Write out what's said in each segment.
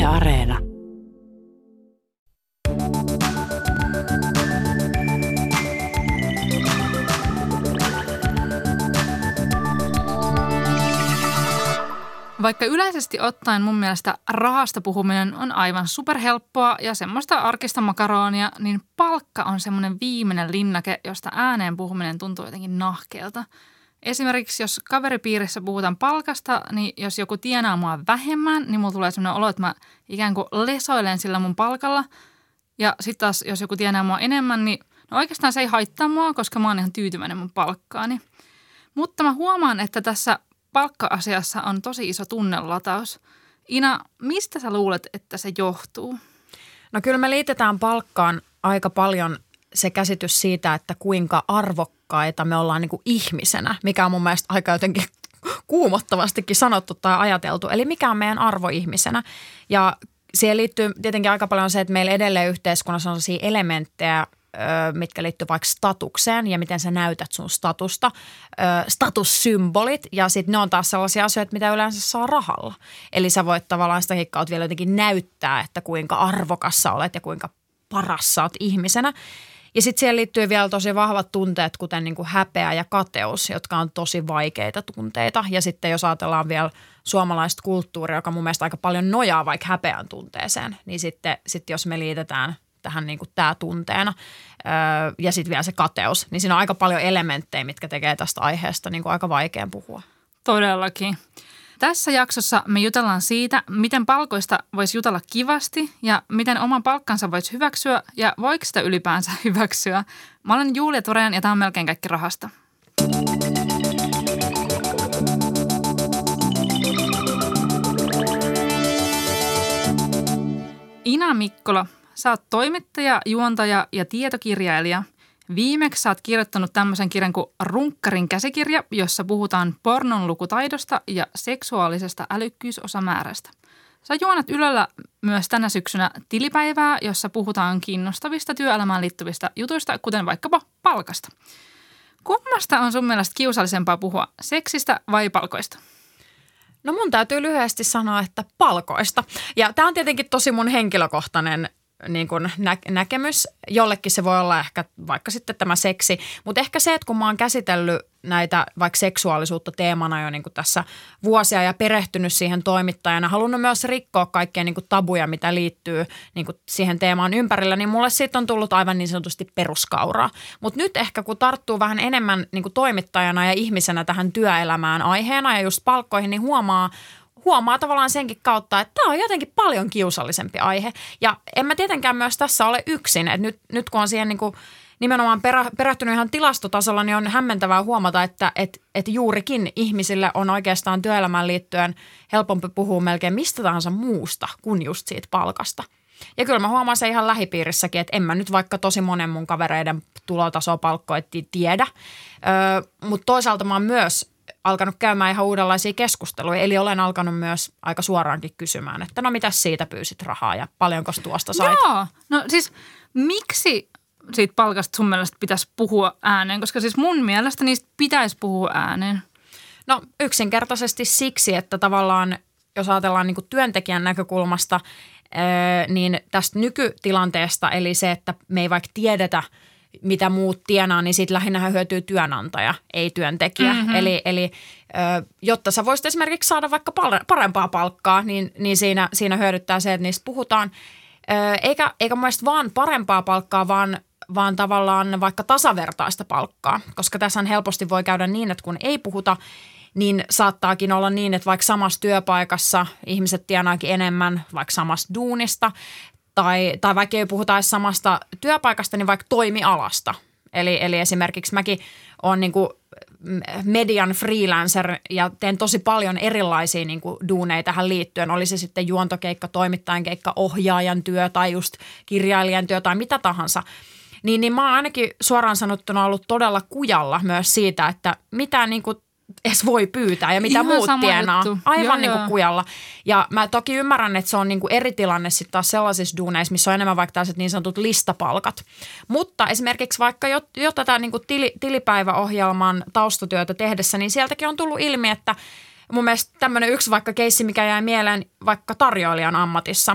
Areena. Vaikka yleisesti ottaen mun mielestä rahasta puhuminen on aivan superhelppoa ja semmoista arkista makaronia, niin palkka on semmoinen viimeinen linnake, josta ääneen puhuminen tuntuu jotenkin nahkeelta. Esimerkiksi jos kaveripiirissä puhutaan palkasta, niin jos joku tienaa mua vähemmän, niin mulla tulee semmoinen olo, että mä ikään kuin lesoilen sillä mun palkalla. Ja sitten taas jos joku tienaa mua enemmän, niin no oikeastaan se ei haittaa mua, koska mä oon ihan tyytyväinen mun palkkaani. Mutta mä huomaan, että tässä palkka-asiassa on tosi iso tunnelataus. Ina, mistä sä luulet, että se johtuu? No kyllä me liitetään palkkaan aika paljon se käsitys siitä, että kuinka arvokkaita me ollaan niin kuin ihmisenä, mikä on mun mielestä aika jotenkin kuumottavastikin sanottu tai ajateltu. Eli mikä on meidän arvo ihmisenä. Ja siihen liittyy tietenkin aika paljon se, että meillä edelleen yhteiskunnassa on sellaisia elementtejä, mitkä liittyy vaikka statukseen ja miten sä näytät sun statusta, statussymbolit ja sitten ne on taas sellaisia asioita, mitä yleensä saa rahalla. Eli sä voit tavallaan sitä kautta vielä jotenkin näyttää, että kuinka arvokas sä olet ja kuinka paras sä oot ihmisenä. Ja sitten siihen liittyy vielä tosi vahvat tunteet, kuten niin kuin häpeä ja kateus, jotka on tosi vaikeita tunteita. Ja sitten jos ajatellaan vielä suomalaista kulttuuria, joka mun mielestä aika paljon nojaa vaikka häpeän tunteeseen, niin sitten jos me liitetään tähän niin kuin tämä tunteena ja sitten vielä se kateus, niin siinä on aika paljon elementtejä, mitkä tekee tästä aiheesta niin kuin aika vaikean puhua. Todellakin. Tässä jaksossa me jutellaan siitä, miten palkoista voisi jutella kivasti ja miten oman palkkansa voisi hyväksyä ja voiko sitä ylipäänsä hyväksyä. Mä olen Julia Tureen ja tämä on melkein kaikki rahasta. Ina Mikkola, sä oot toimittaja, juontaja ja tietokirjailija. Viimeksi sä oot kirjoittanut tämmöisen kirjan kuin Runkkarin käsikirja, jossa puhutaan pornon lukutaidosta ja seksuaalisesta älykkyysosamäärästä. Sä juonat Ylellä myös tänä syksynä tilipäivää, jossa puhutaan kiinnostavista työelämään liittyvistä jutuista, kuten vaikkapa palkasta. Kummasta on sun mielestä kiusallisempaa puhua, seksistä vai palkoista? No mun täytyy lyhyesti sanoa, että palkoista. Ja tämä on tietenkin tosi mun henkilökohtainen niin kuin näkemys. Jollekin se voi olla ehkä vaikka sitten tämä seksi, mutta ehkä se, että kun mä oon käsitellyt näitä vaikka seksuaalisuutta teemana jo niin kuin tässä vuosia ja perehtynyt siihen toimittajana, halunnut myös rikkoa kaikkia niin kuin tabuja, mitä liittyy niin kuin siihen teemaan ympärillä, niin mulle siitä on tullut aivan niin sanotusti peruskauraa. Mutta nyt ehkä kun tarttuu vähän enemmän niin kuin toimittajana ja ihmisenä tähän työelämään aiheena ja just palkkoihin, niin huomaa tavallaan senkin kautta, että tämä on jotenkin paljon kiusallisempi aihe. Ja en mä tietenkään myös tässä ole yksin. Et nyt kun on siihen niin kuin nimenomaan perehtynyt ihan tilastotasolla, niin on hämmentävää huomata, että juurikin ihmisille on oikeastaan työelämään liittyen helpompi puhua melkein mistä tahansa muusta kuin just siitä palkasta. Ja kyllä mä huomaan se ihan lähipiirissäkin, että en mä nyt vaikka tosi monen mun kavereiden tulotasoa palkkoja tiedä. Mutta toisaalta mä oon myös alkanut käymään ihan uudenlaisia keskusteluja. Eli olen alkanut myös aika suoraankin kysymään, että no mitäs siitä pyysit rahaa ja paljonko tuosta sait? Joo, no siis miksi siitä palkasta sun mielestä pitäisi puhua ääneen? Koska siis mun mielestä niistä pitäisi puhua ääneen. No yksinkertaisesti siksi, että tavallaan jos ajatellaan niin kuin työntekijän näkökulmasta, niin tästä nykytilanteesta, eli se, että me ei vaikka tiedetä, mitä muut tienaa, niin siitä lähinnä hyötyy työnantaja, ei työntekijä. Mm-hmm. Eli jotta sä voisit esimerkiksi saada vaikka parempaa palkkaa, niin siinä hyödyttää se, että niistä puhutaan. Eikä mun mielestä vaan parempaa palkkaa, vaan tavallaan vaikka tasavertaista palkkaa, koska tässä helposti voi käydä niin, että kun ei puhuta, niin saattaakin olla niin, että vaikka samassa työpaikassa ihmiset tienaakin enemmän vaikka samasta duunista, tai vaikka ei puhuta edes samasta työpaikasta, niin vaikka toimialasta. Eli esimerkiksi mäkin olen niin kuin median freelancer ja teen tosi paljon erilaisia niin kuin duuneja tähän liittyen. Oli se sitten juontokeikka, toimittajan keikka, ohjaajan työ tai just kirjailijan työ tai mitä tahansa. Niin mä oon ainakin suoraan sanottuna ollut todella kujalla myös siitä, että mitä niin kuin edes voi pyytää ja mitä ihan muut tienaa. Juttu. Aivan niin kuin kujalla. Ja mä toki ymmärrän, että se on niin kuin eri tilanne sitten taas sellaisissa duuneissa, missä on enemmän vaikka tällaiset niin sanotut listapalkat. Mutta esimerkiksi vaikka jo tätä niin kuin tilipäiväohjelman taustatyötä tehdessä, niin sieltäkin on tullut ilmi, että mun mielestä tämmöinen yksi vaikka keissi, mikä jäi mieleen vaikka tarjoilijan ammatissa.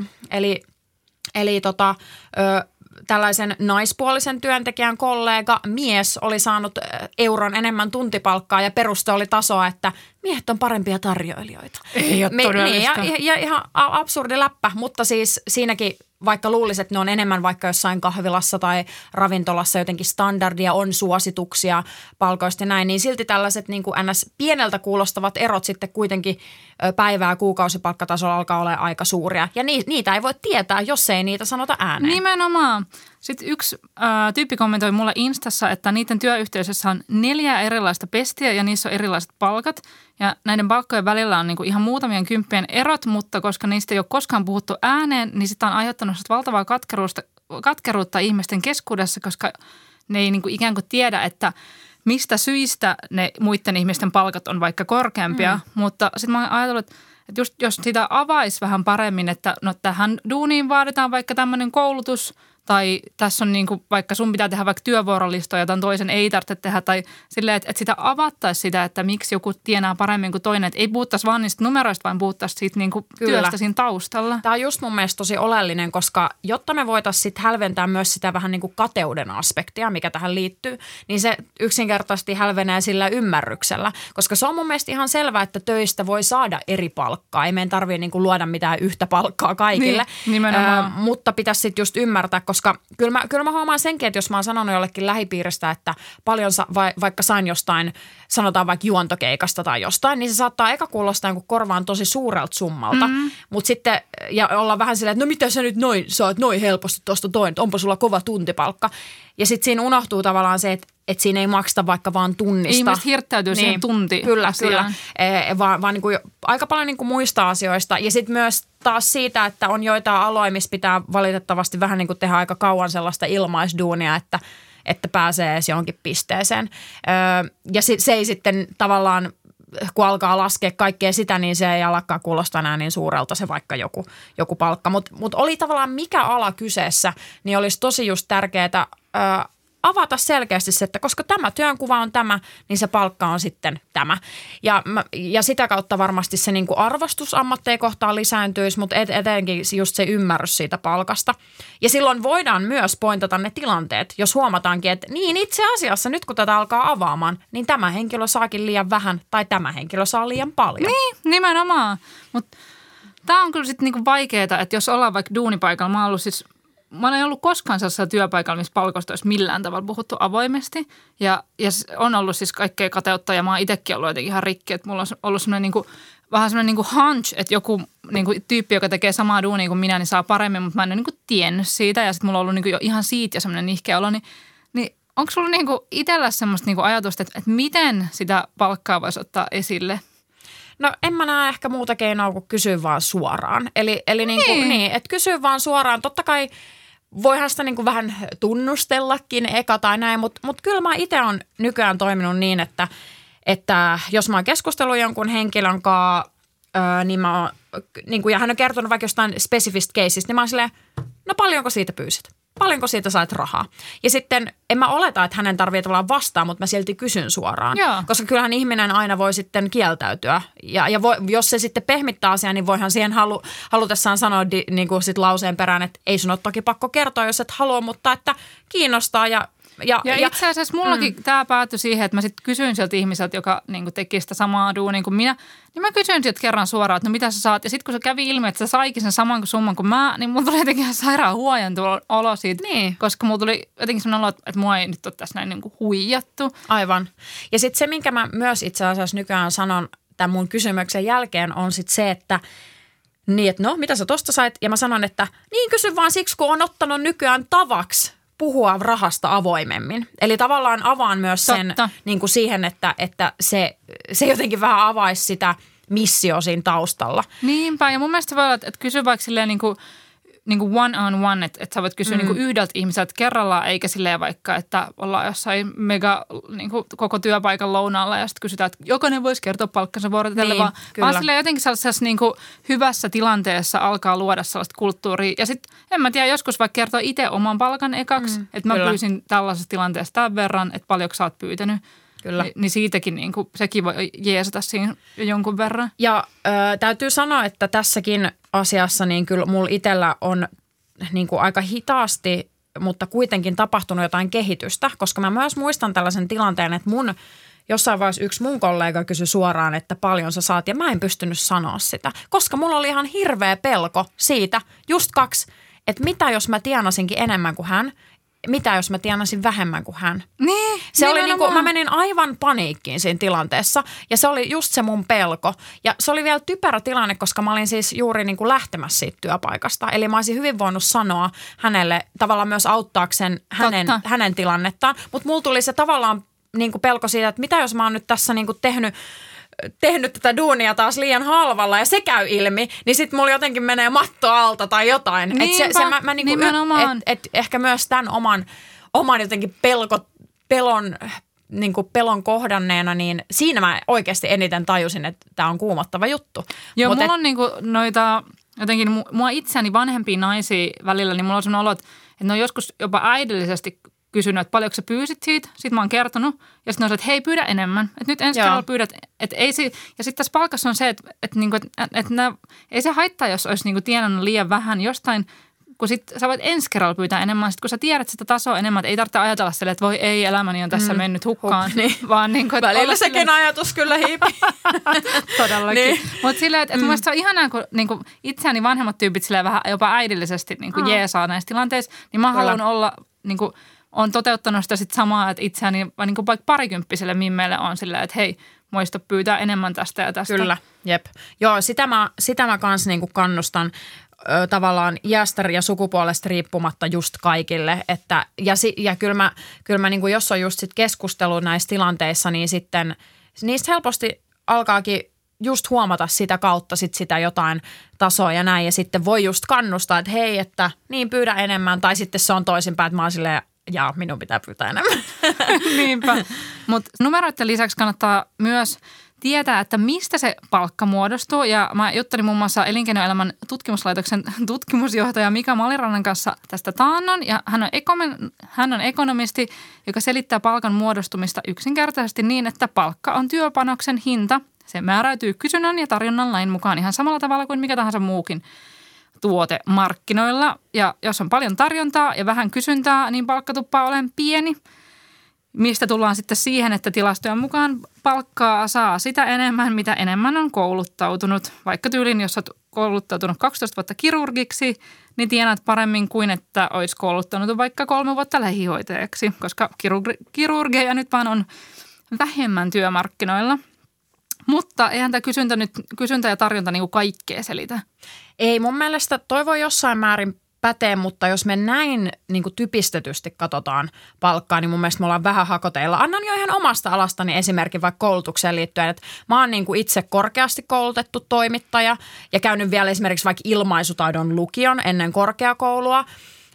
Eli tällaisen naispuolisen työntekijän kollega mies oli saanut euron enemmän tuntipalkkaa ja peruste oli tasoa, että miehet on parempia tarjoilijoita. Ei ole todellista. Niin, ja ihan absurdi läppä, mutta siis siinäkin vaikka luulisi, että ne on enemmän vaikka jossain kahvilassa tai ravintolassa jotenkin standardia, on suosituksia palkoista ja näin, niin silti tällaiset niin kuin ns. Pieneltä kuulostavat erot sitten kuitenkin päivää kuukausipalkkatasolla alkaa olla aika suuria. Ja niitä ei voi tietää, jos ei niitä sanota ääneen. Nimenomaan. Sitten yksi tyyppi kommentoi mulle Instassa, että niiden työyhteisössä on 4 erilaista pestiä ja niissä on erilaiset palkat. Ja näiden palkkojen välillä on niinku ihan muutamien kymppien erot, mutta koska niistä ei ole koskaan puhuttu ääneen, niin sitä on aiheuttanut valtavaa katkeruutta ihmisten keskuudessa, koska ne ei niinku ikään kuin tiedä, että mistä syistä ne muiden ihmisten palkat on vaikka korkeampia. Mutta sitten mä oon ajatellut, että just jos sitä avaisi vähän paremmin, että no tähän duuniin vaaditaan vaikka tämmöinen koulutus – tai tässä on niin kuin, vaikka sun pitää tehdä vaikka työvuorolistoja, jotain toisen ei tarvitse tehdä. Tai silleen, että sitä avattaisi sitä, että miksi joku tienaa paremmin kuin toinen. Että ei puhuttaisi vaan niistä numeroista, vaan puhuttaisiin siitä niin kuin työstä siinä taustalla. Tämä on just mun mielestä tosi oleellinen, koska jotta me voitaisiin sitten hälventää myös sitä vähän niin kuin kateuden aspektia, mikä tähän liittyy, niin se yksinkertaisesti hälvenee sillä ymmärryksellä. Koska se on mun mielestä ihan selvää, että töistä voi saada eri palkkaa. Ei meidän tarvitse niin kuin luoda mitään yhtä palkkaa kaikille. Niin, nimenomaan. Mutta pitäisi sitten just ymmärtää, koska kyllä mä huomaan senkin, että jos mä oon sanonut jollekin lähipiiristä, että paljon vaikka sain jostain, sanotaan vaikka juontokeikasta tai jostain, niin se saattaa eka kuulostaa niin korvaan tosi suurelta summalta. Mutta sitten, ja olla vähän silleen, että no mitä sä nyt noin saat noin helposti tuosta toin, että onpa sulla kova tuntipalkka. Ja sitten siinä unohtuu tavallaan se, että siinä ei makseta vaikka vaan tunnista. Ihmiset hirttäytyy siihen tunti. Kyllä. Vaan niin kuin aika paljon niin kuin muista asioista. Ja sitten myös taas siitä, että on joitain aloja, missä pitää valitettavasti vähän niin kuin tehdä aika kauan sellaista ilmaisduunia, että pääsee edes johonkin pisteeseen. Ja se ei sitten tavallaan, kun alkaa laskea kaikkea sitä, niin se ei alkaa kuulostaa enää niin suurelta se vaikka joku palkka. Mutta oli tavallaan mikä ala kyseessä, niin olisi tosi just tärkeää avata selkeästi se, että koska tämä työnkuva on tämä, niin se palkka on sitten tämä. Ja sitä kautta varmasti se niin kuin arvostus ammatteja kohtaan lisääntyisi, mutta etenkin just se ymmärrys siitä palkasta. Ja silloin voidaan myös pointata ne tilanteet, jos huomataankin, että niin itse asiassa nyt kun tätä alkaa avaamaan, niin tämä henkilö saakin liian vähän tai tämä henkilö saa liian paljon. Niin, nimenomaan. Mutta tämä on kyllä sitten niinku vaikeaa, että jos ollaan vaikka duunipaikalla, mä en ollut koskaan sellaisella työpaikalla, missä palkosta olisi millään tavalla puhuttu avoimesti. Ja on ollut siis kaikkea kateutta ja mä oon itsekin ollut jotenkin ihan rikki, että mulla on ollut semmoinen niinku, vähän semmoinen niinku hunch, että joku niinku tyyppi, joka tekee samaa duunia kuin minä, niin saa paremmin, mutta mä en ole niinku tiennyt siitä. Ja sitten mulla on ollut niinku jo ihan siitä ja semmoinen nihkeä olo, niin onko sulla niinku itsellä semmoista niinku ajatusta, että miten sitä palkkaa voisi ottaa esille? No en mä näe ehkä muuta keinoa kuin kysyä vaan suoraan. Eli niin, että kysyä vaan suoraan. Totta kai voihan sitä niin kuin vähän tunnustellakin eka tai näin, mutta kyllä mä itse olen nykyään toiminut niin, että jos mä oon keskustellut jonkun henkilön kanssa, niin mä oon, niin kuin, ja hän on kertonut vaikka jostain spesifistä caseista, niin mä oon silleen, no paljonko siitä pyysit? Paljonko siitä sait rahaa? Ja sitten en mä oleta, että hänen tarvitsee tavallaan vastaa, mutta mä silti kysyn suoraan. Joo. Koska kyllähän ihminen aina voi sitten kieltäytyä. Ja jos se sitten pehmittää asiaa, niin voihan siihen halutessaan sanoa niin kuin sit lauseen perään, että ei sun ole toki pakko kertoa, jos et halua, mutta että kiinnostaa ja itse asiassa mullakin tämä päätyi siihen, että mä sitten kysyin sieltä ihmiseltä, joka niin teki sitä samaa duunia kuin minä, niin mä kysyin sieltä kerran suoraan, että no mitä sä saat. Ja sitten kun se kävi ilmi, että sä saikin sen saman summan kuin mä, niin mulla tuli jotenkin ihan sairaan huojentuva olo siitä. Niin. Koska mulla tuli jotenkin sellainen olo, että mua ei nyt ole tässä näin niin kuin huijattu. Aivan. Ja sitten se, minkä mä myös itse asiassa nykyään sanon tämän mun kysymyksen jälkeen, on sitten se, että niin, että no, mitä sä tosta sait? Ja mä sanon, että niin kysy vaan siksi, kun on ottanut nykyään tavaksi puhua rahasta avoimemmin. Eli tavallaan avaan myös sen niin kuin siihen, että se jotenkin vähän avaisi sitä missio siinä taustalla. Niinpä, ja mun mielestä se voi olla, että kysy vaikka silleen niin kuin one on one, että sä voit kysyä niin kuin yhdeltä ihmiseltä kerrallaan, eikä silleen vaikka, että ollaan jossain mega niin kuin koko työpaikan lounaalla ja sitten kysytään, että jokainen voisi kertoa palkkansa vuorotelle, niin, vaan silleen jotenkin sellaisessa niin kuin hyvässä tilanteessa alkaa luoda sellaista kulttuuria. Ja sitten en mä tiedä, joskus vaikka kertoa itse oman palkan ekaksi, että mä pyysin tällaisessa tilanteessa tämän verran, että paljonko sä oot pyytänyt. kyllä. Niin siitäkin niin kuin, sekin voi jeesata siinä jonkun verran. Ja täytyy sanoa, että tässäkin asiassa niin kyllä mulla itsellä on niin kuin aika hitaasti, mutta kuitenkin tapahtunut jotain kehitystä, koska mä myös muistan tällaisen tilanteen, että jossain vaiheessa yksi mun kollega kysyi suoraan, että paljon sä saat, ja mä en pystynyt sanoa sitä, koska mulla oli ihan hirveä pelko siitä, just 2, että mitä jos mä tienasinkin enemmän kuin hän, mitä jos mä tienasin vähemmän kuin hän. Niin, se oli niin kuin, mä menin aivan paniikkiin siinä tilanteessa ja se oli just se mun pelko. Ja se oli vielä typerä tilanne, koska mä olin siis juuri niin kuin lähtemässä siitä työpaikasta. Eli mä olisin hyvin voinut sanoa hänelle tavallaan myös auttaakseen hänen tilannettaan. Mutta mulla tuli se tavallaan niin kuin pelko siitä, että mitä jos mä oon nyt tässä niin kuin tehnyt tätä duunia taas liian halvalla ja se käy ilmi, niin sitten mulla jotenkin menee matto alta tai jotain. Niinpä, mä niinku, et ehkä myös tämän oman jotenkin pelon kohdanneena, niin siinä mä oikeasti eniten tajusin, että tämä on kuumottava juttu. Joo, mulla on niinku noita jotenkin mua itseäni vanhempia naisia välillä, niin mulla on sellainen olo, että ne on joskus jopa äidillisesti kysynyt, että paljonko sä pyysit siitä. Sitten mä oon kertonut. Ja sitten on se, että hei, pyydä enemmän. Että nyt ensi kerralla pyydät. Että ei se, ja sitten tässä palkassa on se, että ei se haittaa, jos olisi niinku tienannut liian vähän jostain, kun sit sä voit ensi kerralla pyytää enemmän. Sitten kun sä tiedät sitä tasoa enemmän, että ei tarvitse ajatella silleen, että voi ei, elämäni on tässä mennyt hukkaan. Niin. Vaan niinku, että välillä sekin silleen ajatus kyllä hiipii. Todellakin. Niin. Mutta silleen, että mun mielestä se on ihanaa, kun niinku itseäni vanhemmat tyypit silleen vähän jopa äidillisesti niinku jeesaa näissä tilanteissa, niin mä haluan olla niinku on toteuttanut sitä sit samaa, että itseäni niin kuin vaikka parikymppiselle mimmeille on silleen, että hei, muista pyytää enemmän tästä ja tästä. Kyllä, jep. Joo, sitä mä kans niin kuin kannustan tavallaan iästä ja sukupuolesta riippumatta just kaikille. Ja kyllä mä niin kuin jos on just sit keskustelu näissä tilanteissa, niin sitten niistä helposti alkaakin just huomata sitä kautta sitä jotain tasoa ja näin. Ja sitten voi just kannustaa, että hei, että niin pyydä enemmän. Tai sitten se on toisinpäin, että mä oon silleen, jaa, minun pitää pyytää enemmän. Niinpä. Mutta numeroiden lisäksi kannattaa myös tietää, että mistä se palkka muodostuu. Ja mä juttelin muun muassa Elinkeinoelämän tutkimuslaitoksen tutkimusjohtaja Mika Malirannan kanssa tästä taannon. Ja hän on ekonomisti, joka selittää palkan muodostumista yksinkertaisesti niin, että palkka on työpanoksen hinta. Se määräytyy kysynnän ja tarjonnan lain mukaan ihan samalla tavalla kuin mikä tahansa muukin tuote markkinoilla. Ja jos on paljon tarjontaa ja vähän kysyntää, niin palkka tuppaa olemaan pieni. Mistä tullaan sitten siihen, että tilastojen mukaan palkkaa saa sitä enemmän, mitä enemmän on kouluttautunut. Vaikka tyylin, jos olet kouluttautunut 12 vuotta kirurgiksi, niin tienaat paremmin kuin että olisi kouluttanut vaikka 3 vuotta lähihoitajaksi, koska kirurgeja nyt vaan on vähemmän työmarkkinoilla. Mutta eihän tämä kysyntä ja tarjonta niin kuin kaikkea selitä. Ei, mun mielestä toi voi jossain määrin pätee, mutta jos me näin niin kuin typistetysti katsotaan palkkaa, niin mun mielestä me ollaan vähän hakoteilla. Annan jo ihan omasta alastani esimerkin vaikka koulutukseen liittyen, että mä oon niin kuin itse korkeasti koulutettu toimittaja ja käynyt vielä esimerkiksi vaikka ilmaisutaidon lukion ennen korkeakoulua.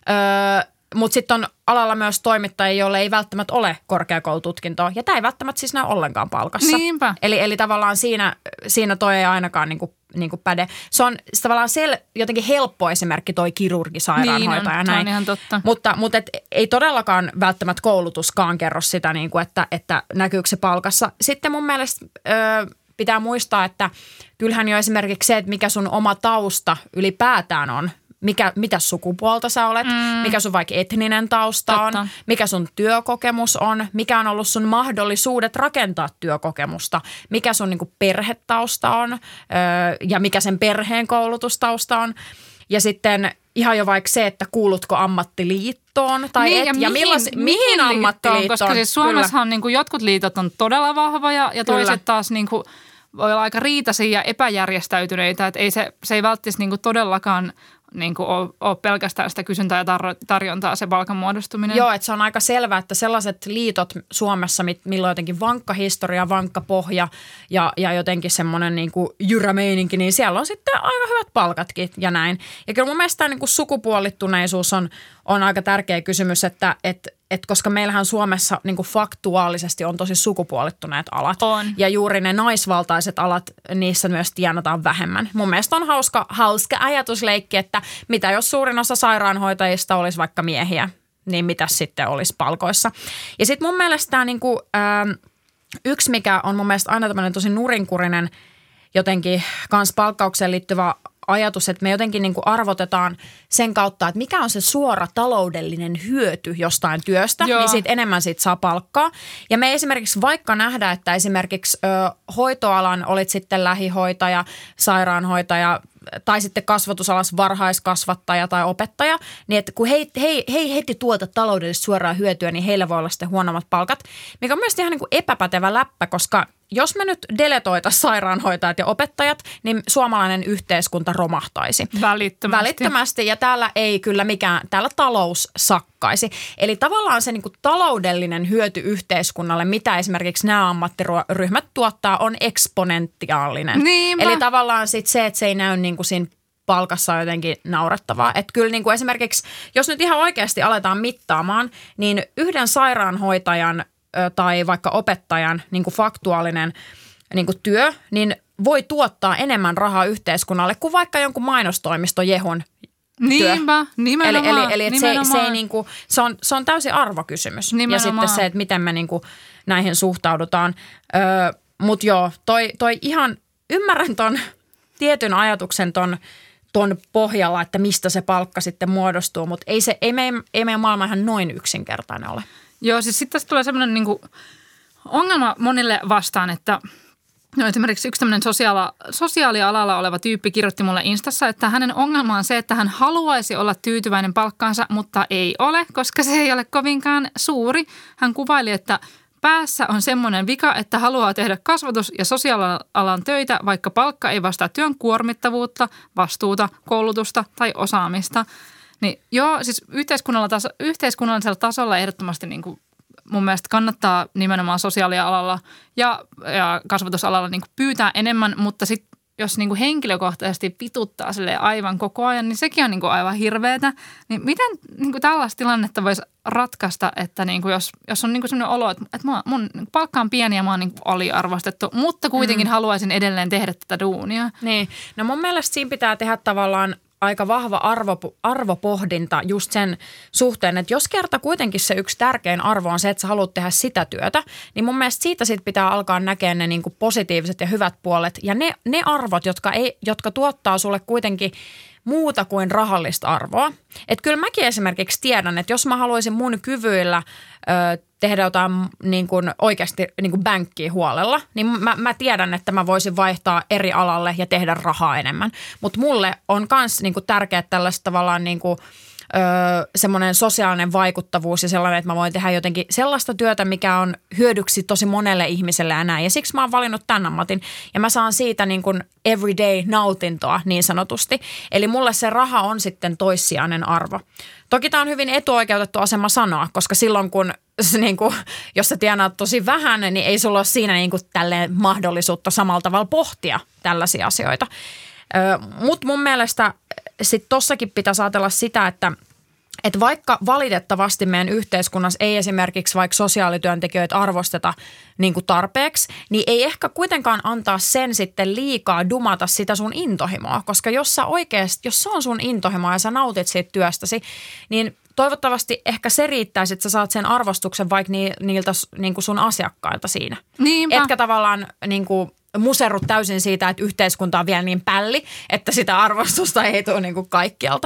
Mutta sitten on alalla myös toimittajia, joille ei välttämättä ole korkeakoulututkintoa. Ja tämä ei välttämättä siis näy ollenkaan palkassa. Niinpä. Eli tavallaan siinä toi ei ainakaan niinku päde. Se on tavallaan jotenkin helppo esimerkki toi kirurgisairaanhoitaja. Niin on, se on ihan totta. Mutta ei todellakaan välttämättä koulutuskaan kerro sitä, niinku, että näkyykö se palkassa. Sitten mun mielestä pitää muistaa, että kyllähän jo esimerkiksi se, että mikä sun oma tausta ylipäätään on, mitä sukupuolta sä olet, mikä sun vaikka etninen tausta on, mikä sun työkokemus on, mikä on ollut sun mahdollisuudet rakentaa työkokemusta, mikä sun niinku perhetausta on ja mikä sen perheen koulutustausta on. Ja sitten ihan jo vaikka se, että kuulutko ammattiliittoon tai niin, et, ja mihin ammattiliittoon. Koska siis Suomessahan niin kuin jotkut liitot on todella vahvoja ja toiset taas niin kuin voi olla aika riitaisia ja epäjärjestäytyneitä, että se ei välttämättä niin kuin todellakaan niin kuin ole pelkästään sitä kysyntää ja tarjontaa se palkan muodostuminen. Joo, että se on aika selvää, että sellaiset liitot Suomessa, millä on jotenkin vankka historia, vankka pohja ja jotenkin semmoinen niin kuin jyrämeininki, niin siellä on sitten aika hyvät palkatkin ja näin. Ja kyllä mun mielestä tämä niin kuin sukupuolittuneisuus on aika tärkeä kysymys, että koska meillähän Suomessa niin kuin faktuaalisesti on tosi sukupuolittuneet alat. On. Ja juuri ne naisvaltaiset alat, niissä myös tienataan vähemmän. Mun mielestä on hauska ajatusleikki, että mitä jos suurin osa sairaanhoitajista olisi vaikka miehiä, niin mitä sitten olisi palkoissa. Ja sitten mun mielestä tämä niinku, yksi, mikä on mun mielestä aina tämmöinen tosi nurinkurinen jotenkin kans palkkaukseen liittyvä ajatus, että me jotenkin niin kuin arvotetaan sen kautta, että mikä on se suora taloudellinen hyöty jostain työstä, niin siitä enemmän siitä saa palkkaa. Ja me esimerkiksi vaikka nähdään, että esimerkiksi hoitoalan olit sitten lähihoitaja, sairaanhoitaja tai sitten kasvatusalassa varhaiskasvattaja tai opettaja, niin että kun he ei heti tuota taloudellisesti suoraa hyötyä, niin heillä voi olla sitten huonommat palkat, mikä on mielestäni ihan niin kuin epäpätevä läppä, koska jos me nyt deletoitaisiin sairaanhoitajat ja opettajat, niin suomalainen yhteiskunta romahtaisi. Välittömästi. Ja täällä ei kyllä täällä talous sakkaisi. Eli tavallaan se niin kuin taloudellinen hyöty yhteiskunnalle, mitä esimerkiksi nämä ammattiryhmät tuottaa, on eksponentiaalinen. Niinpä. Eli tavallaan sit se, että se ei näy niin kuin siinä palkassa on jotenkin naurettavaa. Että kyllä niin kuin esimerkiksi, jos nyt ihan oikeasti aletaan mittaamaan, niin yhden sairaanhoitajan tai vaikka opettajan niin kuin faktuaalinen niin kuin työ, niin voi tuottaa enemmän rahaa yhteiskunnalle kuin vaikka jonkun mainostoimisto Jehun työ. Niinpä, nimenomaan. Eli se on täysin arvokysymys. Nimenomaan. Ja sitten se, että miten me niin kuin näihin suhtaudutaan. Mutta joo, toi ihan ymmärrän ton tietyn ajatuksen ton pohjalla, että mistä se palkka sitten muodostuu, mutta ei meidän maailma ihan noin yksinkertainen ole. Joo, siis sitten tässä tulee semmoinen niinku ongelma monille vastaan, että esimerkiksi yksi tämmöinen sosiaalialalla oleva tyyppi kirjoitti mulle Instassa, että hänen ongelma on se, että hän haluaisi olla tyytyväinen palkkaansa, mutta ei ole, koska se ei ole kovinkaan suuri. Hän kuvaili, että päässä on semmoinen vika, että haluaa tehdä kasvatus- ja sosiaalialan töitä, vaikka palkka ei vastaa työn kuormittavuutta, vastuuta, koulutusta tai osaamista. Niin joo, siis yhteiskunnallisella tasolla ehdottomasti niin kuin mun mielestä kannattaa nimenomaan sosiaalialalla ja kasvatusalalla niin kuin pyytää enemmän, mutta sitten jos niin kuin henkilökohtaisesti vituttaa silleen aivan koko ajan, niin sekin on niin kuin aivan hirveetä. Niin miten niin kuin tällaista tilannetta voisi ratkaista, että niin kuin jos on niin kuin sellainen olo, että mun palkka on pieni ja mä oon niin kuin aliarvostettu, mutta kuitenkin haluaisin edelleen tehdä tätä duunia. Niin, no mun mielestä siinä pitää tehdä tavallaan aika vahva arvopohdinta just sen suhteen, että jos kerta kuitenkin se yksi tärkein arvo on se, että sä haluat tehdä sitä työtä, niin mun mielestä siitä sit pitää alkaa näkeä ne niin kuin positiiviset ja hyvät puolet ja ne arvot, jotka tuottaa sulle kuitenkin muuta kuin rahallista arvoa. Että kyllä mäkin esimerkiksi tiedän, että jos mä haluaisin mun kyvyillä tehdä jotain niin kuin oikeasti niin kuin bankkiä huolella, niin mä tiedän, että mä voisin vaihtaa eri alalle ja tehdä rahaa enemmän. Mutta mulle on myös niin kuin tärkeää tällaista tavallaan niin kuin semmoinen sosiaalinen vaikuttavuus ja sellainen, että mä voin tehdä jotenkin sellaista työtä, mikä on hyödyksi tosi monelle ihmiselle ja näin. Ja siksi mä oon valinnut tämän ammatin ja mä saan siitä niin kuin everyday nautintoa niin sanotusti. Eli mulle se raha on sitten toissijainen arvo. Toki tämä on hyvin etuoikeutettu asema sanoa, koska silloin kun niin kuin, jos sä tienaat tosi vähän, niin ei sulla ole siinä niin kuin tälleen mahdollisuutta samalla tavalla pohtia tällaisia asioita. Mutta mun mielestä sitten tossakin pitäisi ajatella sitä, että vaikka valitettavasti meidän yhteiskunnassa ei esimerkiksi vaikka sosiaalityöntekijöitä arvosteta niin kuin tarpeeksi, niin ei ehkä kuitenkaan antaa sen sitten liikaa dumata sitä sun intohimoa. Koska jos se on sun intohimoa ja sä nautit siitä työstäsi, niin toivottavasti ehkä se riittäisi, että sä saat sen arvostuksen vaikka niiltä niin kuin sun asiakkailta siinä. Niinpä. Etkä tavallaan niin kuin muserrut täysin siitä, että yhteiskunta on vielä niin pälli, että sitä arvostusta ei tule niin kuin kaikkialta.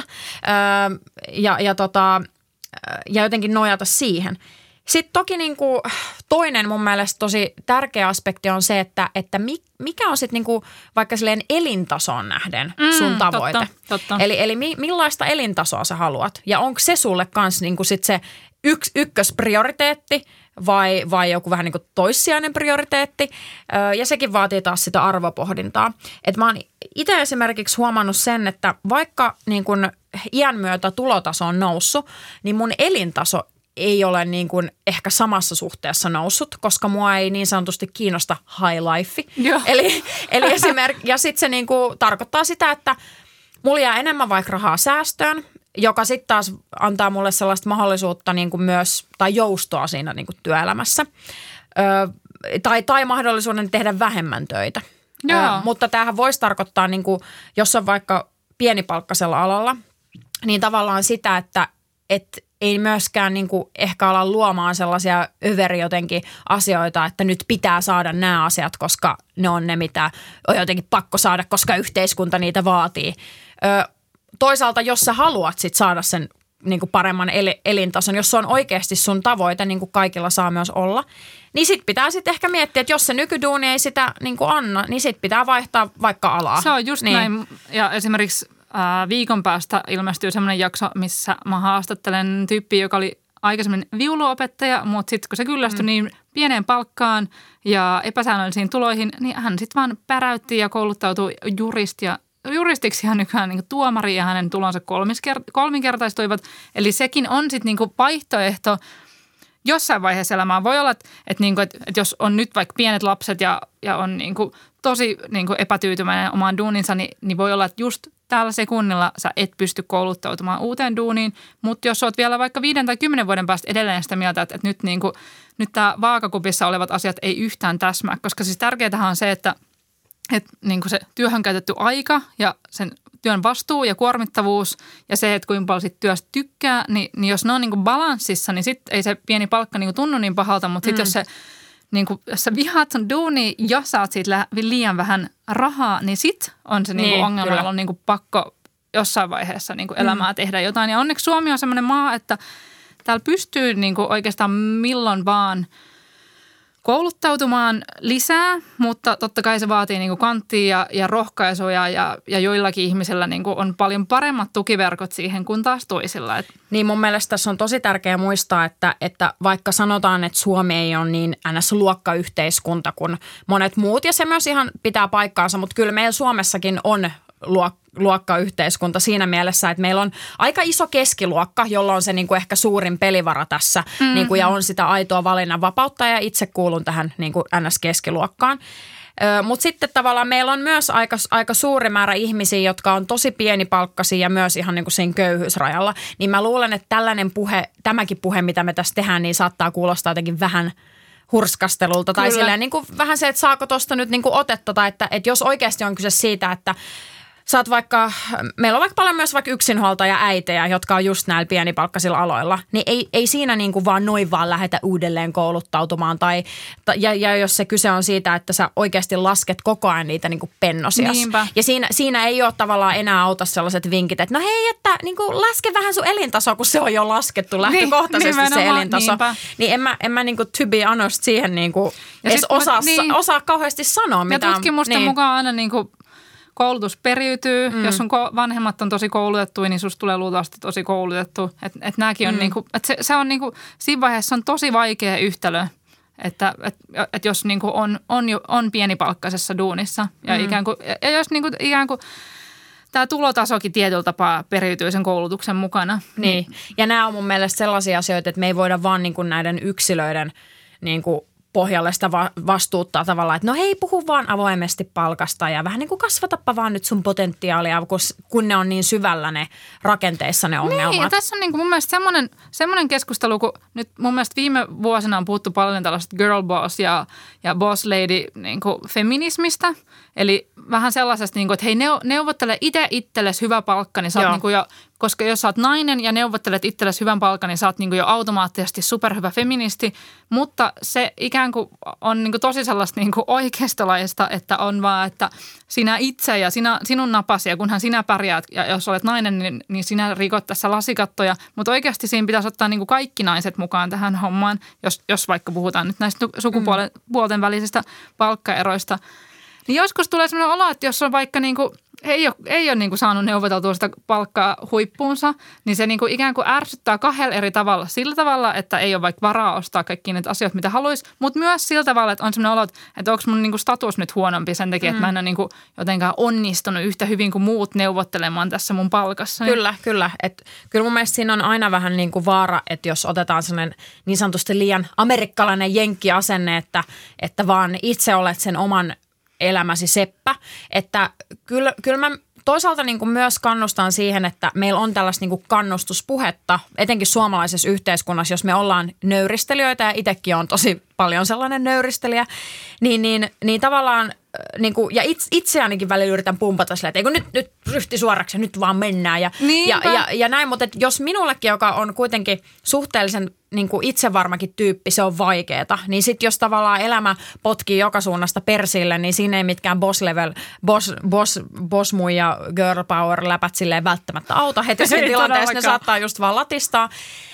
Ja jotenkin nojata siihen. Sitten toki niin kuin toinen mun mielestä tosi tärkeä aspekti on se, että mikä on sitten niin kuin vaikka silleen elintasoon nähden sun tavoite. Totta. Eli millaista elintasoa sä haluat ja onko se sulle kanssa niin kuin sit se ykkösprioriteetti vai joku vähän niin kuin toissijainen prioriteetti. Ja sekin vaatii taas sitä arvopohdintaa. Et mä oon itse esimerkiksi huomannut sen, että vaikka niin kuin iän myötä tulotaso on noussut, niin mun elintaso ei ole niin kuin ehkä samassa suhteessa noussut, koska mua ei niin sanotusti kiinnosta high life. Eli esimerkiksi, ja sitten se niin kuin tarkoittaa sitä, että mulla jää enemmän vaikka rahaa säästöön, joka sitten taas antaa mulle sellaista mahdollisuutta niin kuin myös, tai joustoa siinä niin kuin työelämässä. Tai mahdollisuuden tehdä vähemmän töitä. Mutta tämähän voisi tarkoittaa, niin kuin, jos on vaikka pienipalkkaisella alalla, niin tavallaan sitä, että ei myöskään niin kuin ehkä ala luomaan sellaisia jotenkin asioita, että nyt pitää saada nämä asiat, koska ne on ne, mitä on jotenkin pakko saada, koska yhteiskunta niitä vaatii. Toisaalta, jos sä haluat sit saada sen niin kuin paremman elintason, jos se on oikeasti sun tavoite, niin kuin kaikilla saa myös olla, niin sit pitää sitten ehkä miettiä, että jos se nykyduuni ei sitä niin kuin anna, niin sit pitää vaihtaa vaikka alaa. Se on just näin. Ja esimerkiksi viikon päästä ilmestyy semmoinen jakso, missä mä haastattelen tyyppiä, joka oli aikaisemmin viuluopettaja, mutta sitten kun se kyllästyi niin pieneen palkkaan ja epäsäännöllisiin tuloihin, niin hän sitten vaan päräytti ja kouluttautui juristiksi ja nykyään niin tuomari ja hänen tulonsa kolminkertaistuivat. Eli sekin on sitten niin vaihtoehto jossain vaiheessa elämää. Voi olla, että jos on nyt vaikka pienet lapset ja on niin tosi niin epätyytyväinen omaan duuninsa, niin voi olla, että just tällä sekunnilla sä et pysty kouluttautumaan uuteen duuniin. Mutta jos oot vielä vaikka 5 tai 10 vuoden päästä edelleen sitä mieltä, että nyt tämä vaakakupissa olevat asiat ei yhtään täsmää. Koska siis tärkeätähän on se, että niin kuin se työhön käytetty aika ja sen työn vastuu ja kuormittavuus ja se, että kuinka paljon sit työstä tykkää, niin jos ne on niin kuin balanssissa, niin sitten ei se pieni palkka niin kuin tunnu niin pahalta, mutta sitten jos sä vihaat sun duunia ja saat siitä liian vähän rahaa, niin sitten on se niin ongelma, jolla on niin kuin pakko jossain vaiheessa niin kuin elämää tehdä jotain. Ja onneksi Suomi on semmoinen maa, että täällä pystyy niin kuin oikeastaan milloin vaan kouluttautumaan lisää, mutta totta kai se vaatii niin kuin kanttia ja rohkaisuja ja joillakin ihmisillä niin kuin on paljon paremmat tukiverkot siihen kuin taas toisilla. Niin mun mielestä tässä on tosi tärkeää muistaa, että vaikka sanotaan, että Suomi ei ole niin NS-luokkayhteiskunta kuin monet muut ja se myös ihan pitää paikkaansa, mutta kyllä meillä Suomessakin on luokkayhteiskunta siinä mielessä, että meillä on aika iso keskiluokka, jolla on se niin kuin ehkä suurin pelivara tässä niin kuin, ja on sitä aitoa valinnanvapautta ja itse kuulun tähän niin kuin NS-keskiluokkaan. Mutta sitten tavallaan meillä on myös aika suuri määrä ihmisiä, jotka on tosi pienipalkkaisia ja myös ihan niin kuin siinä köyhyysrajalla. Niin mä luulen, että tämäkin puhe, mitä me tässä tehdään, niin saattaa kuulostaa jotenkin vähän hurskastelulta. Tai silleen niin kuin vähän se, että saako tuosta nyt niin kuin otetta tai että jos oikeasti on kyse siitä, että sä oot meillä on vaikka paljon myös vaikka yksinhuoltaja äitejä, jotka on just näillä pienipalkkaisilla aloilla, niin ei siinä niin kuin vaan noin vaan lähdetä uudelleen kouluttautumaan. Ja jos se kyse on siitä, että sä oikeasti lasket koko ajan niitä niin kuin pennosias. Niinpä. Ja siinä ei ole tavallaan enää auta sellaiset vinkit, että no hei, että niin kuin laske vähän sun elintasoa, kun se on jo laskettu lähtökohtaisesti se elintaso. Niinpä. Niin en mä niin kuin to be honest siihen niin kuin edes osaa kauheasti sanoa mitään. Ja tutkimusten mukaan aina niin kuin koulutus periytyy. Jos sun vanhemmat on tosi koulutettuja, niin susta tulee luultavasti tosi koulutettu. Että nämäkin on niinku, että se on niinku, siinä vaiheessa on tosi vaikea yhtälö, että jos niinku on pienipalkkaisessa duunissa ja jos niinku ikään kuin tämä tulotasokin tietyllä tapaa periytyy sen koulutuksen mukana. Niin. Ja nämä on mun mielestä sellaisia asioita, että me ei voida vaan niinku näiden yksilöiden niinku pohjalle sitä vastuuttaa tavallaan, että no hei, puhu vaan avoimesti palkasta ja vähän niin kuin kasvatappa vaan nyt sun potentiaalia, kun ne on niin syvällä ne rakenteissa ne ongelmat. Niin, ja tässä on niin kuin mun mielestä semmoinen keskustelu, kun nyt mun mielestä viime vuosina on puhuttu paljon tällaista girl boss ja boss lady niin kuin feminismistä. Eli vähän sellaisesta, niin kuin, että hei, neuvottele itse itsellesi hyvä palkka, niin sä oot niin kuin jo, koska jos sä oot nainen ja neuvottelet itsellesi hyvän palkan, niin sä oot niin kuin jo automaattisesti superhyvä feministi. Mutta se ikään kuin on niin kuin tosi sellaista niin kuin oikeistolaista, että on vaan, että sinä itse ja sinun napasi ja kunhan sinä pärjäät ja jos olet nainen, niin sinä rikot tässä lasikattoja. Mutta oikeasti siinä pitäisi ottaa niin kuin kaikki naiset mukaan tähän hommaan, jos vaikka puhutaan nyt näistä sukupuolten välisistä palkkaeroista. Niin joskus tulee sellainen olo, että jos on vaikka niinku, ei ole niinku saanut neuvoteltua sitä palkkaa huippuunsa, niin se niinku ikään kuin ärsyttää 2 eri tavalla. Sillä tavalla, että ei ole vaikka varaa ostaa kaikki niitä asioita, mitä haluaisi, mutta myös sillä tavalla, että on sellainen olo, että onko mun niinku status nyt huonompi sen takia, että mä en ole niinku jotenkaan onnistunut yhtä hyvin kuin muut neuvottelemaan tässä mun palkassa. Kyllä. Kyllä mun mielestä siinä on aina vähän niin kuin vaara, että jos otetaan sellainen niin sanotusti liian amerikkalainen jenkkiasenne, että vaan itse olet sen oman elämäsi seppä, että kyllä mä toisaalta niin kuin myös kannustan siihen, että meillä on tällaista niin kuin kannustuspuhetta, etenkin suomalaisessa yhteiskunnassa, jos me ollaan nöyristelijöitä ja itsekin on tosi paljon sellainen nöyristelijä, niin tavallaan ja itseänikin välillä yritän pumpata silleen, että eikö nyt ryhti suoraksi ja nyt vaan mennään ja näin. Mutta jos minullekin, joka on kuitenkin suhteellisen niin kuin itsevarmakin tyyppi, se on vaikeeta, niin sitten jos tavallaan elämä potkii joka suunnasta persille, niin siinä ei mitkään boss level, boss muija girl power läpät silleen välttämättä auta heti siinä tilanteessa. Ne saattaa just vaan latistaa.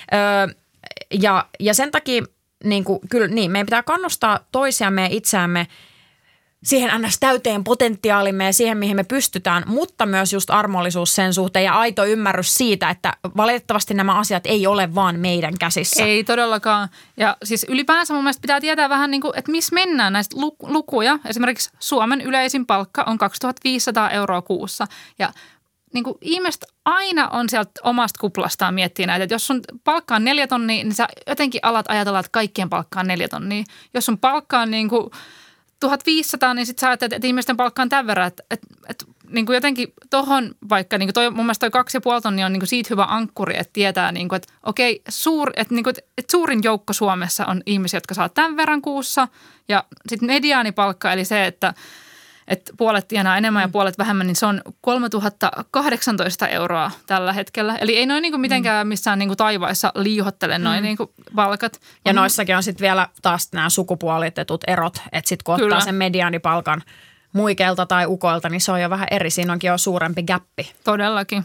Ja sen takia kyllä meidän pitää kannustaa toisiamme ja itseämme siihen ns. Täyteen potentiaalimme ja siihen, mihin me pystytään, mutta myös just armollisuus sen suhteen ja aito ymmärrys siitä, että valitettavasti nämä asiat ei ole vaan meidän käsissä. Ei todellakaan. Ja siis ylipäänsä mun mielestä pitää tietää vähän niin kuin, että missä mennään näistä lukuja. Esimerkiksi Suomen yleisin palkka on 2500 € kuussa ja niin kuin ihmiset aina on sieltä omasta kuplastaan miettiä näitä, että jos sun palkka on 4 tonnia, niin sä jotenkin alat ajatella, että kaikkien palkka on 4 tonnia. Jos sun palkka on niin kuin 1500, niin sitten sä ajattelet, että ihmisten palkka on tämän verran, että niin kuin jotenkin tohon vaikka, niin kuin mun mielestä toi 2,5 tonnia on niin kuin siitä hyvä ankkuri, että tietää, niin kuin, että okei, että suurin joukko Suomessa on ihmisiä, jotka saa tämän verran kuussa ja sitten mediaanipalkka, eli se, että puolet tienaa enemmän ja puolet vähemmän, niin se on 3018 € tällä hetkellä. Eli ei noin niin kuin mitenkään missään niin kuin taivaissa liihottele noin niin kuin palkat. Ja noissakin on sitten vielä taas nämä sukupuolitetut erot, että sitten kun ottaa sen mediaanipalkan muikelta tai ukolta, niin se on jo vähän eri. Siinä onkin jo suurempi gäppi. Todellakin.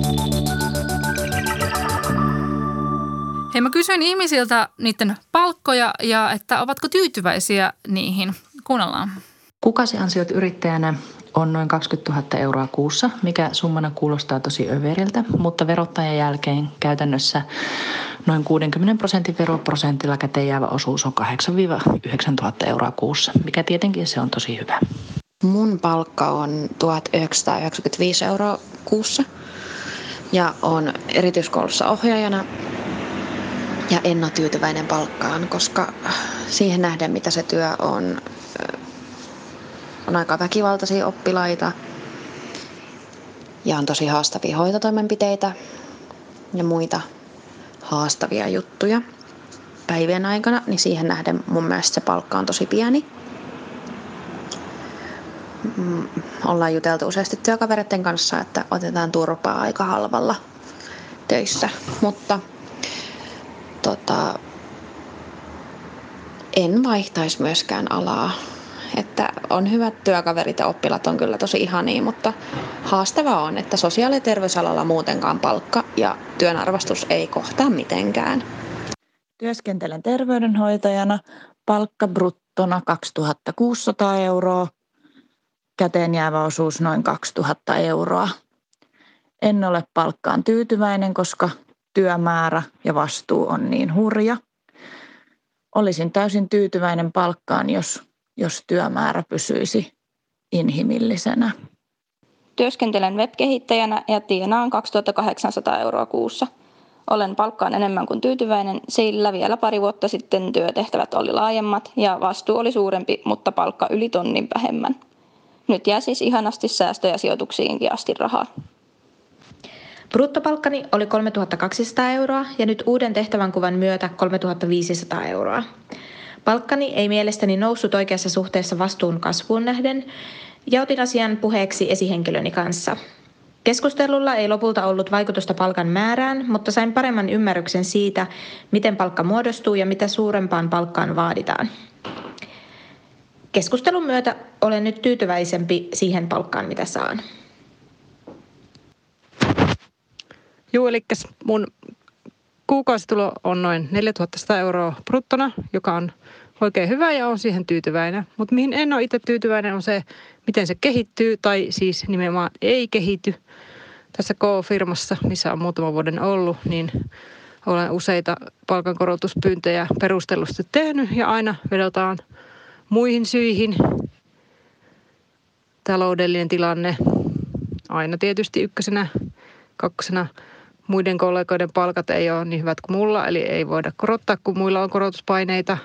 Hei, mä kysyin ihmisiltä niiden palkkoja ja että ovatko tyytyväisiä niihin. Kuunnellaan. Kuukausiansiot yrittäjänä on noin 20 000 € kuussa, mikä summana kuulostaa tosi överiltä, mutta verottajan jälkeen käytännössä noin 60% veroprosentilla käteen jäävä osuus on 8 000–9 000 € kuussa, mikä tietenkin se on tosi hyvä. Mun palkka on 1 995 € kuussa ja on erityiskoulussa ohjaajana ja en ole tyytyväinen palkkaan, koska siihen nähden mitä se työ on aika väkivaltaisia oppilaita ja on tosi haastavia hoitotoimenpiteitä ja muita haastavia juttuja päivien aikana, niin siihen nähden mun mielestä se palkka on tosi pieni. Ollaan juteltu useasti työkavereiden kanssa, että otetaan turpaa aika halvalla töissä, mutta en vaihtaisi myöskään alaa. Että on hyvät työkaverit ja oppilaat on kyllä tosi ihania, mutta haastavaa on, että sosiaali- ja terveysalalla muutenkaan palkka ja työn arvostus ei kohtaa mitenkään. Työskentelen terveydenhoitajana, palkka bruttona 2600 €, käteen jäävä osuus noin 2000 €. En ole palkkaan tyytyväinen, koska työmäärä ja vastuu on niin hurja. Olisin täysin tyytyväinen palkkaan, jos työmäärä pysyisi inhimillisenä. Työskentelen web-kehittäjänä ja tienaan 2800 € kuussa. Olen palkkaan enemmän kuin tyytyväinen, sillä vielä pari vuotta sitten työtehtävät oli laajemmat ja vastuu oli suurempi, mutta palkka yli tonnin vähemmän. Nyt jää siis ihanasti säästöjä sijoituksiinkin asti rahaa. Bruttopalkkani oli 3200 € ja nyt uuden tehtävänkuvan myötä 3500 €. Palkkani ei mielestäni noussut oikeassa suhteessa vastuun kasvuun nähden ja otin asian puheeksi esihenkilöni kanssa. Keskustelulla ei lopulta ollut vaikutusta palkan määrään, mutta sain paremman ymmärryksen siitä, miten palkka muodostuu ja mitä suurempaan palkkaan vaaditaan. Keskustelun myötä olen nyt tyytyväisempi siihen palkkaan, mitä saan. Joo, eli mun kuukausitulo on noin 4100 € bruttona, joka on oikein hyvä ja on siihen tyytyväinen. Mutta mihin en ole itse tyytyväinen on se, miten se kehittyy tai siis nimenomaan ei kehity. Tässä K-firmassa, missä on muutaman vuoden ollut, niin olen useita palkankorotuspyyntöjä perustellusti tehnyt ja aina vedotaan muihin syihin. Taloudellinen tilanne aina tietysti ykkösenä, kakkosena. Muiden kollegoiden palkat ei ole niin hyvät kuin mulla, eli ei voida korottaa, kun muilla on korotuspaineita.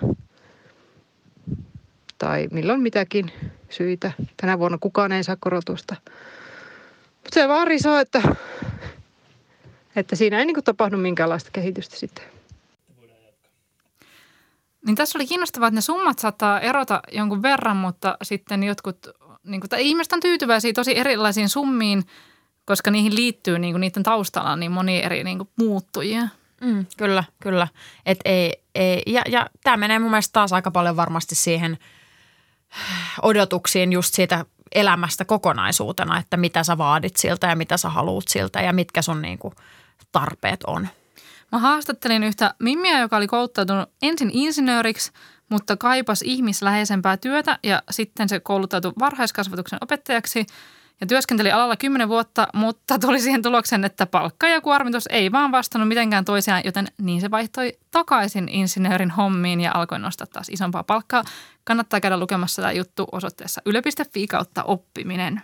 Tai milloin mitäkin syitä. Tänä vuonna kukaan ei saa korotusta. Mutta se vaan risoo, että siinä ei tapahdu minkäänlaista kehitystä sitten. Niin tässä oli kiinnostavaa, että ne summat saattaa erota jonkun verran, mutta sitten jotkut, niin kuin, tai ihmiset on tyytyväisiä tosi erilaisiin summiin, koska niihin liittyy niin kuin niiden taustalla niin monia eri niin kuin muuttujia. Kyllä. Ja tämä menee mun mielestä taas aika paljon varmasti siihen odotuksiin just siitä elämästä kokonaisuutena, että mitä sä vaadit siltä ja mitä sä haluut siltä ja mitkä sun niinku tarpeet on. Mä haastattelin yhtä mimmiä, joka oli kouluttautunut ensin insinööriksi, mutta kaipasi ihmisläheisempää työtä ja sitten se kouluttautui varhaiskasvatuksen opettajaksi ja työskenteli alalla 10 vuotta, mutta tuli siihen tuloksen, että palkka ja kuormitus ei vaan vastannut mitenkään toisiaan, joten niin se vaihtoi takaisin insinöörin hommiin ja alkoi nostaa taas isompaa palkkaa. Kannattaa käydä lukemassa tämä juttu osoitteessa yle.fi/oppiminen.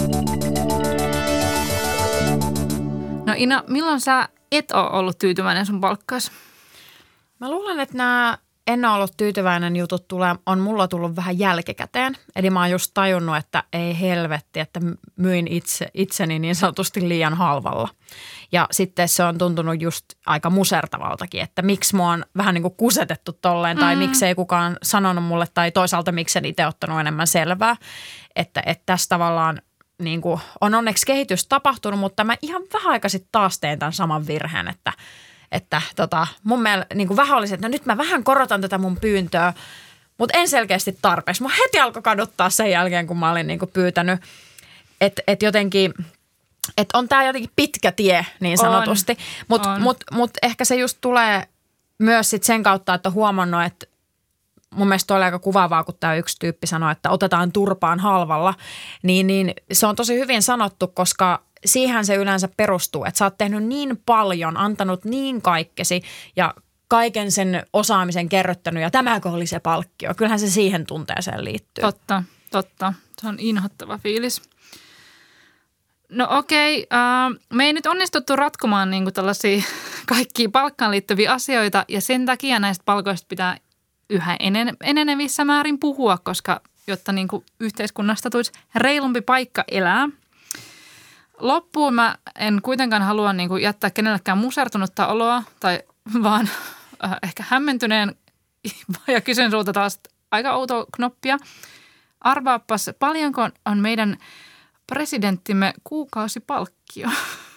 No Ina, milloin sä et ole ollut tyytyväinen sun palkkaasi? Mä luulen, että nämä en ole ollut tyytyväinen jutut on mulla tullut vähän jälkikäteen. Eli mä oon just tajunnut, että ei helvetti, että myin itseni niin sanotusti liian halvalla. Ja sitten se on tuntunut just aika musertavaltakin, että miksi mua on vähän niin kuin kusetettu tolleen tai miksi ei kukaan sanonut mulle tai toisaalta miksi en itse ottanut enemmän selvää. Että tässä tavallaan niin kuin on onneksi kehitys tapahtunut, mutta mä ihan vähän aikaa sitten taas tein tämän saman virheen, että mun mielestä niin kuin vähän olisi, että no nyt mä vähän korotan tätä mun pyyntöä, mutta en selkeästi tarpeeksi. Mun heti alkoi kaduttaa sen jälkeen, kun mä olin niin kuin pyytänyt, että jotenkin, että on tää jotenkin pitkä tie niin sanotusti. Mutta ehkä se just tulee myös sit sen kautta, että on huomannut, että mun mielestä oli aika kuvaavaa, kun tämä yksi tyyppi sanoi, että otetaan turpaan halvalla, niin se on tosi hyvin sanottu, koska siihen se yleensä perustuu, että sä oot tehnyt niin paljon, antanut niin kaikkesi ja kaiken sen osaamisen kerryttänyt ja tämäkö oli se palkkio. Kyllähän se siihen tunteeseen liittyy. Totta. Se on inhottava fiilis. No okei, me ei nyt onnistuttu ratkomaan niinku tällaisia kaikkia palkkaan liittyviä asioita ja sen takia näistä palkoista pitää yhä enenevissä määrin puhua, koska jotta niinku yhteiskunnasta tulisi reilumpi paikka elää. Loppuun mä en kuitenkaan halua niinku jättää kenellekään musertunutta oloa tai vaan ehkä hämmentyneen ja kysyn sulta taas aika outoa knoppia. Arvaapas, paljonko on meidän presidenttimme kuukausipalkkio?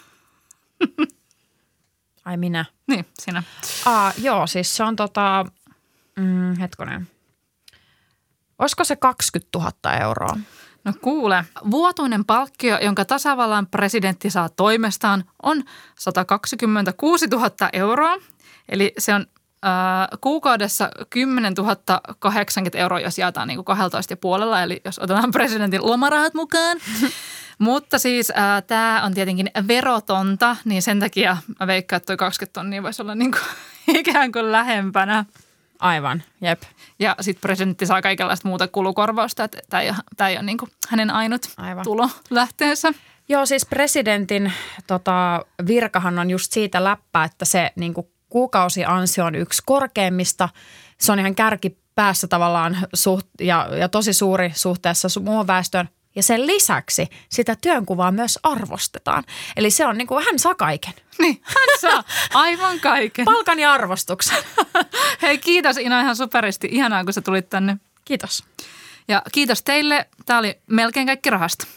Ai minä? Niin, sinä. Joo, siis se on hetkonen. Olisiko se 20 000 euroa? No kuule, vuotuinen palkkio, jonka tasavallan presidentti saa toimestaan, on 126 000 euroa. Eli se on kuukaudessa 10 080 euroa, jos jaetaan niin kuin 12,5, eli jos otetaan presidentin lomarahat mukaan. Mutta siis tämä on tietenkin verotonta, niin sen takia mä veikkaan, että toi 20 tonnia voisi olla niin kuin ikään kuin lähempänä. Aivan, jep. Ja sitten presidentti saa kaikenlaista muuta kulukorvausta, että tämä ei ole niin kuin hänen ainut tulo lähteensä. Joo, siis presidentin virkahan on just siitä läppä, että se niin kuin kuukausiansio on yksi korkeimmista. Se on ihan kärkipäässä tavallaan ja tosi suuri suhteessa muuhun väestöön. Ja sen lisäksi sitä työnkuvaa myös arvostetaan. Eli se on niin kuin, hän saa kaiken. Niin, hän saa aivan kaiken. Palkan ja arvostuksen. Hei, kiitos Ina ihan superisti. Ihanaa, kun sä tulit tänne. Kiitos. Ja kiitos teille. Tämä oli melkein kaikki rahasta.